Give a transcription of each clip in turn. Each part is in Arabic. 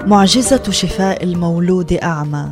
معجزة شفاء المولود أعمى.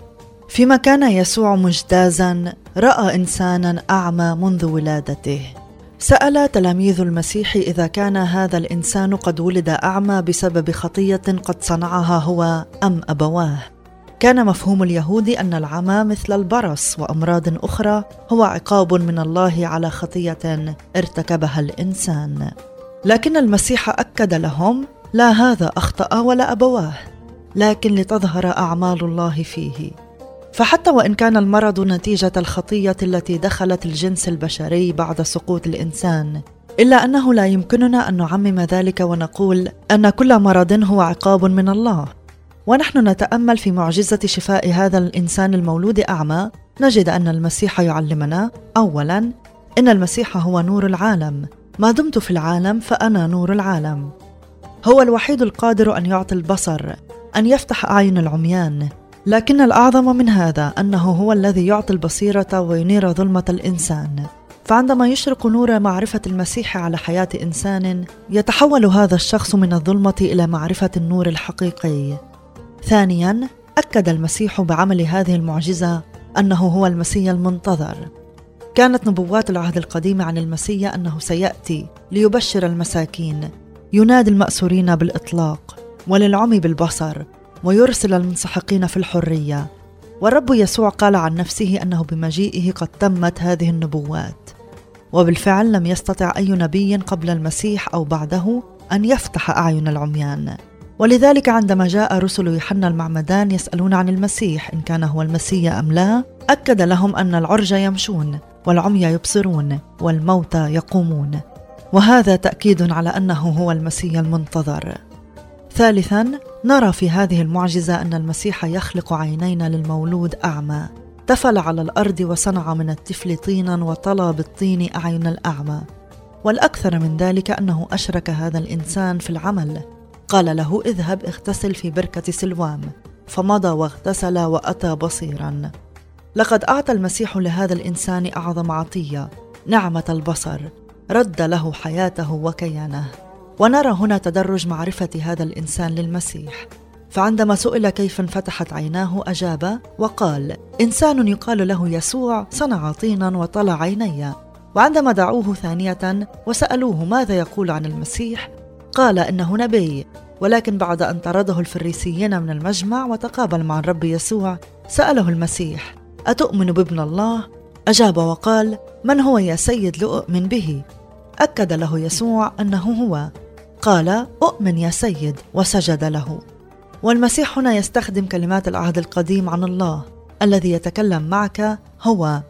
فيما كان يسوع مجتازا رأى إنسانا أعمى منذ ولادته. سأل تلاميذ المسيح إذا كان هذا الإنسان قد ولد أعمى بسبب خطية قد صنعها هو أم أبواه. كان مفهوم اليهود أن العمى مثل البرص وأمراض أخرى هو عقاب من الله على خطية ارتكبها الإنسان، لكن المسيح أكد لهم: لا، هذا أخطأ ولا أبواه، لكن لتظهر أعمال الله فيه. فحتى وإن كان المرض نتيجة الخطية التي دخلت الجنس البشري بعد سقوط الإنسان، إلا أنه لا يمكننا أن نعمم ذلك ونقول أن كل مرض هو عقاب من الله. ونحن نتأمل في معجزة شفاء هذا الإنسان المولود أعمى، نجد أن المسيح يعلمنا: أولاً، إن المسيح هو نور العالم، ما دمت في العالم فأنا نور العالم. هو الوحيد القادر أن يعطي البصر، أن يفتح أعين العميان، لكن الأعظم من هذا أنه هو الذي يعطي البصيرة وينير ظلمة الإنسان. فعندما يشرق نور معرفة المسيح على حياة إنسان، يتحول هذا الشخص من الظلمة إلى معرفة النور الحقيقي. ثانياً، أكد المسيح بعمل هذه المعجزة أنه هو المسيح المنتظر. كانت نبوات العهد القديم عن المسيح أنه سيأتي ليبشر المساكين، ينادي المأسورين بالإطلاق، وللعمي بالبصر، ويرسل المنسحقين في الحرية. والرب يسوع قال عن نفسه أنه بمجيئه قد تمت هذه النبوات. وبالفعل لم يستطع أي نبي قبل المسيح أو بعده أن يفتح أعين العميان. ولذلك عندما جاء رسل يوحنا المعمدان يسألون عن المسيح إن كان هو المسيح أم لا، أكد لهم أن العرج يمشون، والعمي يبصرون، والموتى يقومون. وهذا تأكيد على أنه هو المسيح المنتظر. ثالثاً، نرى في هذه المعجزة أن المسيح يخلق عينين للمولود أعمى. تفل على الأرض وصنع من الطفل طيناً وطلى بالطين أعين الأعمى. والأكثر من ذلك أنه أشرك هذا الإنسان في العمل. قال له: اذهب اغتسل في بركة سلوام، فمضى واغتسل وأتى بصيراً. لقد أعطى المسيح لهذا الإنسان أعظم عطية، نعمة البصر، رد له حياته وكيانه. ونرى هنا تدرج معرفة هذا الإنسان للمسيح. فعندما سئل كيف انفتحت عيناه أجاب وقال: إنسان يقال له يسوع صنع طينا وطلع عيني. وعندما دعوه ثانية وسألوه ماذا يقول عن المسيح، قال إنه نبي. ولكن بعد أن طرده الفريسيين من المجمع وتقابل مع الرب يسوع، سأله المسيح: أتؤمن بابن الله؟ أجاب وقال: من هو يا سيد لأؤمن به؟ أكد له يسوع أنه هو. قال: أؤمن يا سيد، وسجد له. والمسيح هنا يستخدم كلمات العهد القديم عن الله الذي يتكلم معك هو.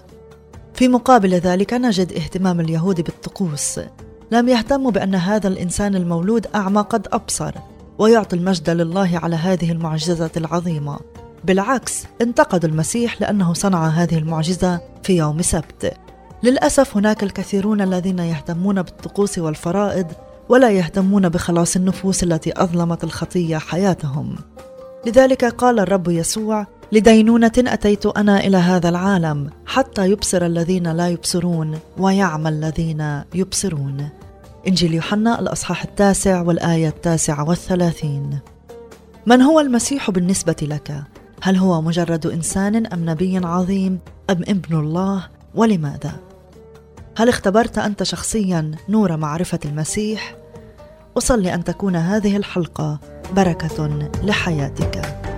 في مقابل ذلك نجد اهتمام اليهود بالطقوس. لم يهتموا بأن هذا الإنسان المولود أعمى قد أبصر، ويعطي المجد لله على هذه المعجزة العظيمة. بالعكس، انتقدوا المسيح لأنه صنع هذه المعجزة في يوم سبت. للأسف هناك الكثيرون الذين يهتمون بالطقوس والفرائض ولا يهتمون بخلاص النفوس التي أظلمت الخطية حياتهم. لذلك قال الرب يسوع: لدينونة أتيت أنا إلى هذا العالم، حتى يبصر الذين لا يبصرون ويعمى الذين يبصرون. إنجيل يوحنا الأصحاح 9 والآية 39. من هو المسيح بالنسبة لك؟ هل هو مجرد إنسان أم نبي عظيم أم ابن الله؟ ولماذا؟ هل اختبرت أنت شخصياً نور معرفة المسيح؟ أصلي أن تكون هذه الحلقة بركة لحياتك.